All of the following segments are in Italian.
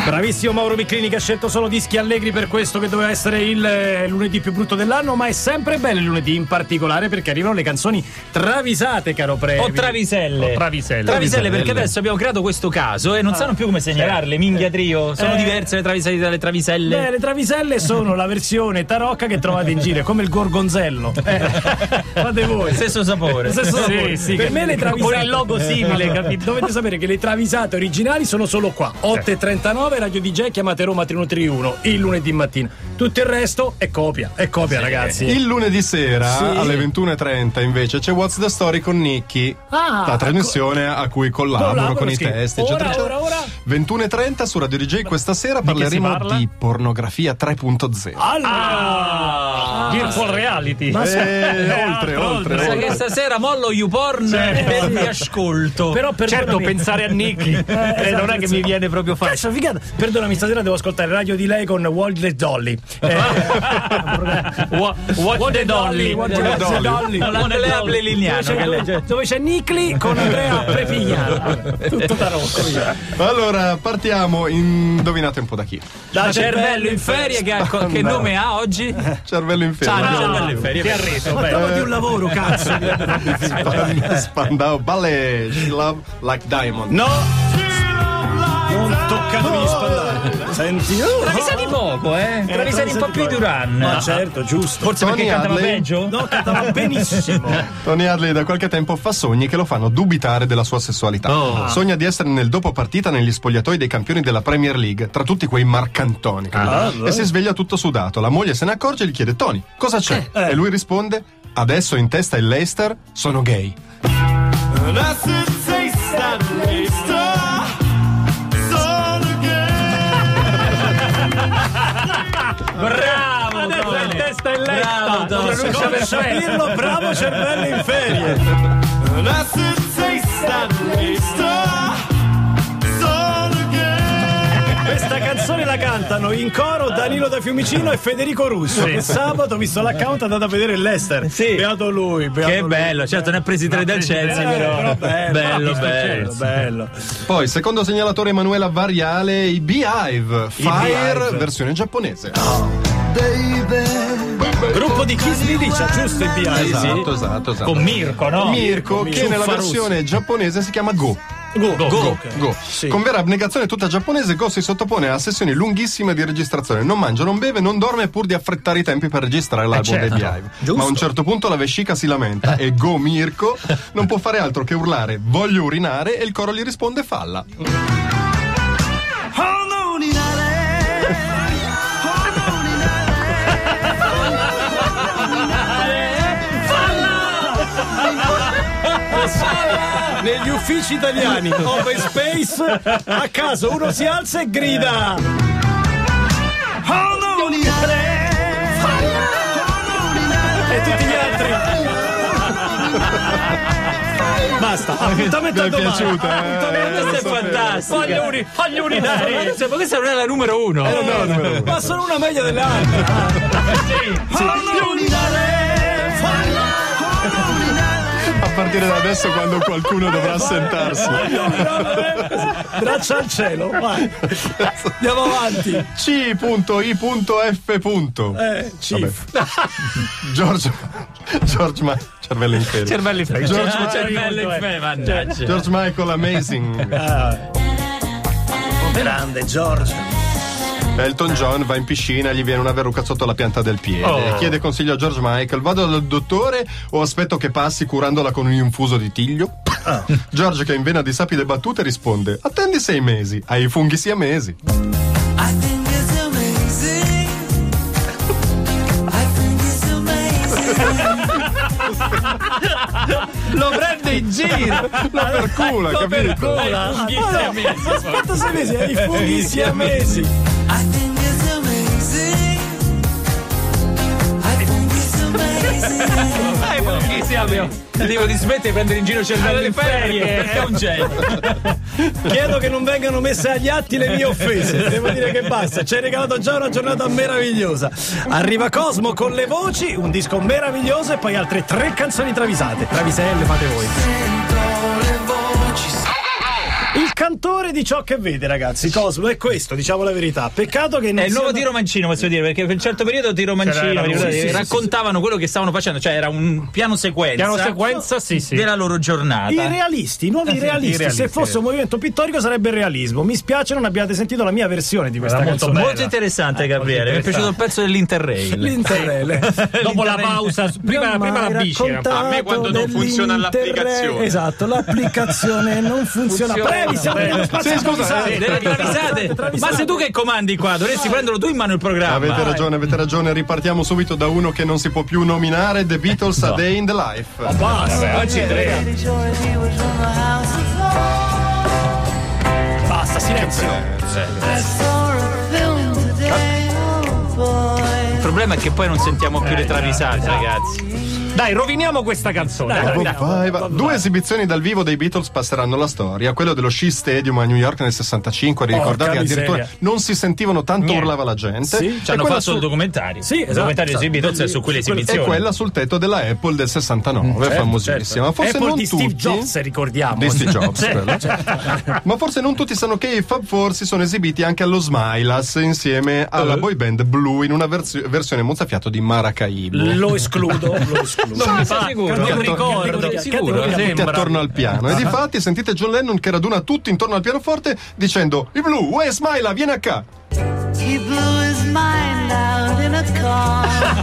Bravissimo Mauro Miclini, che ha scelto solo dischi allegri per questo che doveva essere il lunedì più brutto dell'anno, ma è sempre bello il lunedì, in particolare perché arrivano le canzoni travisate, caro Previ. O traviselle. Traviselle, perché adesso abbiamo creato questo caso e non sanno più come segnalarle. Minghia trio, sono diverse le traviselle dalle traviselle. Beh, le traviselle sono la versione tarocca che trovate in giro, è come il gorgonzello. Fate voi. Stesso sapore. Sì, per me le travisate, con il logo simile, capito? Dovete sapere che le travisate originali sono solo qua, 8:39, Radio DJ, chiamate Roma 3131 il lunedì mattina. Tutto il resto è copia, ragazzi. Il lunedì sera alle 21:30 invece c'è What's the Story con Nicky, la trasmissione a cui collaboro con i testi, eccetera, eccetera. Ora. 21:30 su Radio DJ. Questa sera parleremo di pornografia 3.0. Virtual reality. Oltre. Sai che stasera mollo YouPorn e vi ascolto. Però certo, pensare a Nicky non è che mi viene proprio facile. Cazzo, figata. Perdonami, stasera devo ascoltare Radio di lei con Walt the Dolly. What the Dolly. Dove c'è Nicli con Andrea Prepignano. Tutto tarocco. Allora, partiamo. Indovinate un po' da chi? Da Cervello in Ferie, che nome ha oggi? Cervello in Ferie. Cervello in Ferie. Ti ha reso. Parlavo di un lavoro, cazzo. Spandau Ballet, She Love Like Diamond. No! Non toccatemi gli spandau. Senti, travisati poco, travisati un po' più di Duran. Ma certo, giusto. Forse Tony perché cantava Hadley. peggio? No, cantava benissimo. Tony Hadley da qualche tempo fa sogni che lo fanno dubitare della sua sessualità. Sogna di essere nel dopo partita negli spogliatoi dei campioni della Premier League, tra tutti quei marcantoni. E si sveglia tutto sudato. La moglie se ne accorge e gli chiede: Tony, cosa c'è? E lui risponde: adesso in testa il Leicester, sono gay. Bravo, Tony. Testa in letta. Bravo, Tony. Come saperlo, bravo Cervello in Ferie. Questa canzone la cantano in coro Danilo da Fiumicino e Federico Russo, che sabato, visto l'account, è andato a vedere il Leicester. Beato lui. Che bello, certo, ne ha presi 3 del Chelsea, però bello. Poi, secondo segnalatore Emanuela Variale, i Beehive, Fire, versione giapponese. Gruppo di Kiss Me Dice, giusto il Beehive? Esatto. Con Mirko, no? Mirko, che nella versione giapponese si chiama Go. Sì. Con vera abnegazione tutta giapponese, Go si sottopone a sessioni lunghissime di registrazione. Non mangia, non beve, non dorme pur di affrettare i tempi per registrare l'album dei Beehive. Ma a un certo punto la vescica si lamenta e Go Mirko non può fare altro che urlare voglio urinare e il coro gli risponde falla. Negli uffici italiani open space, a caso uno si alza e grida e tutti gli altri basta. Appuntamento a domani. Questa è fantastica. Voglio urinare. Ma questa non è la numero 1. Ma sono una meglio delle altre. A partire da adesso, quando qualcuno dovrà assentarsi. Braccia al cielo, vai. Andiamo avanti. C.I.F. Chief. George Cervello in Ferie. Cervello in Ferie. George Michael Amazing. Grande George. Elton John va in piscina e gli viene una verruca sotto la pianta del piede. Chiede consiglio a George Michael: vado dal dottore o aspetto che passi curandola con un infuso di tiglio? George, che in vena di sapide battute, risponde: attendi 6 mesi, hai i funghi siamesi. Lo prende in giro, lo percula, capito? Aspetta 6 mesi, hai i funghi siamesi. Devo di smettere di prendere in giro Cervello in Ferie, è un genio. Chiedo che non vengano messe agli atti le mie offese. Devo dire che basta, ci hai regalato già una giornata meravigliosa. Arriva Cosmo con Le Voci, un disco meraviglioso, e poi altre 3 canzoni travisate. Traviselle fate voi. Il cantore di ciò che vede, ragazzi. Cosmo è questo, diciamo la verità. Peccato che non è il nuovo Tiro Mancino, posso dire, perché per un certo periodo Tiro Mancino raccontavano quello che stavano facendo, cioè era un piano sequenza sì. della loro giornata. I realisti, i nuovi realisti. Se fosse un movimento pittorico sarebbe il realismo. Mi spiace non abbiate sentito la mia versione di questa canzone. Molto interessante, Gabriele. Mi è piaciuto il pezzo dell'Interrail. Dopo la pausa, prima la bici. A me quando non funziona l'applicazione. Esatto, l'applicazione non funziona. Brevi, siamo nello spazio. Delle travisate. Ma sei tu che comandi qua, dovresti prenderlo tu in mano il programma. Avete ragione, ripartiamo subito da uno che non si può più nominare, The Beatles, A Day in the Life. Basta, silenzio. Il problema è che poi non sentiamo più le travisate, ragazzi. Dai, roviniamo questa canzone. Vai. Due esibizioni dal vivo dei Beatles passeranno la storia. Quello dello Shea Stadium a New York nel 65, ricordate, addirittura non si sentivano, tanto urlava la gente. Sì, ci hanno fatto il documentario. Sì, il documentario sui Beatles è su quelle esibizioni. E quella sul tetto della Apple del 69, famosissima. Forse Apple non di tutti, Steve Jobs, ricordiamo. Di Steve Jobs, ma forse non tutti sanno che i Fab Four si sono esibiti anche allo Smilas insieme alla boy band Blue in una versione mozzafiato di Maracaibo. Lo escludo. Non mi fa sicuro, non ricordo, sicuro, tutti attorno al piano. E difatti sentite John Lennon che raduna tutti intorno al pianoforte dicendo: I Blue, uè Smila, vieni a qua. He blew his mind out in a car.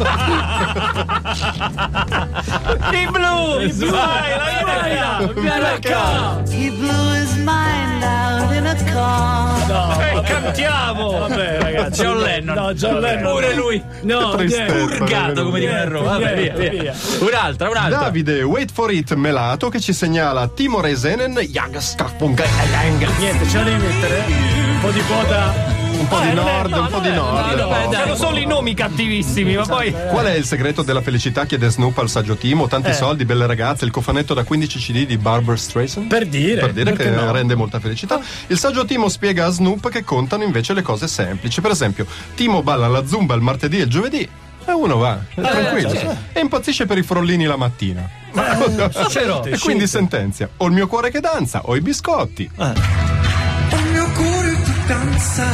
I Blue, Smila, vieni a qua. He blew his mind out in a car. Cantiamo. Vabbè, ragazzi. John Lennon. Pure lui. Purgato, come dicono a Roma. Vabbè, via. Un'altra. Davide, wait for it, melato, che ci segnala Timo Räsänen, Niente, ce la devi mettere? Un po' di quota. Un po' di nord. Sono solo i nomi cattivissimi, ma poi. Qual è il segreto della felicità? Chiede Snoop al saggio Timo. Tanti soldi, belle ragazze, il cofanetto da 15 CD di Barbra Streisand. Per dire che rende molta felicità. Il saggio Timo spiega a Snoop che contano invece le cose semplici. Per esempio, Timo balla la zumba il martedì e il giovedì. E uno va, tranquillo. E impazzisce per i frollini la mattina. E quindi sentenzia: o il mio cuore che danza, o i biscotti. Il mio cuore che danza.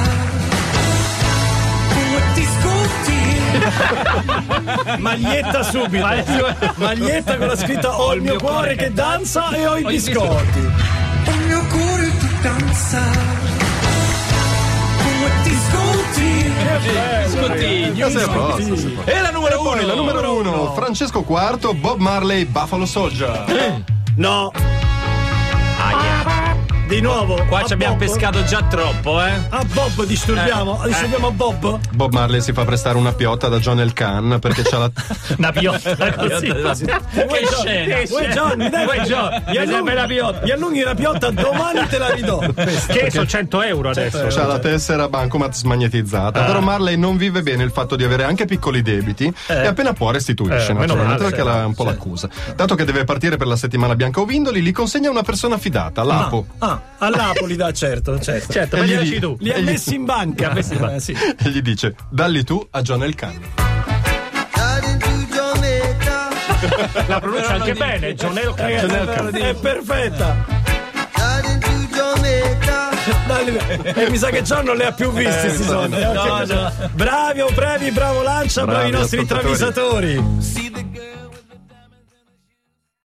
Maglietta subito. Maglietta con la scritta: ho il mio cuore che danza e ho i biscotti. Il mio cuore che danza. E la numero uno. Francesco IV, Bob Marley, Buffalo Soldier. No. Di nuovo. Qua ci abbiamo pescato già troppo, eh. A Bob disturbiamo a Bob. Bob Marley si fa prestare una piotta da John El Khan perché c'ha la. Una piotta così. Che scena. Gli allunghi la piotta, domani te la ridò. Che sono 100 euro adesso. C'ha la tessera Bancomat smagnetizzata. Però Marley non vive bene il fatto di avere anche piccoli debiti e appena può restituisce, naturalmente, perché un po' l'accusa. Dato che deve partire per la settimana bianca o Vindoli, li consegna una persona fidata, Lapo. All'Apoli, certo. Ma li ha messi in banca. Sì. E gli dice: dalli tu a John El Khan. La pronuncia anche bene, John El Khan. È perfetta. E mi sa che John non le ha più viste questi soldi. Bravi, bravo Lancia, bravi i nostri travisatori.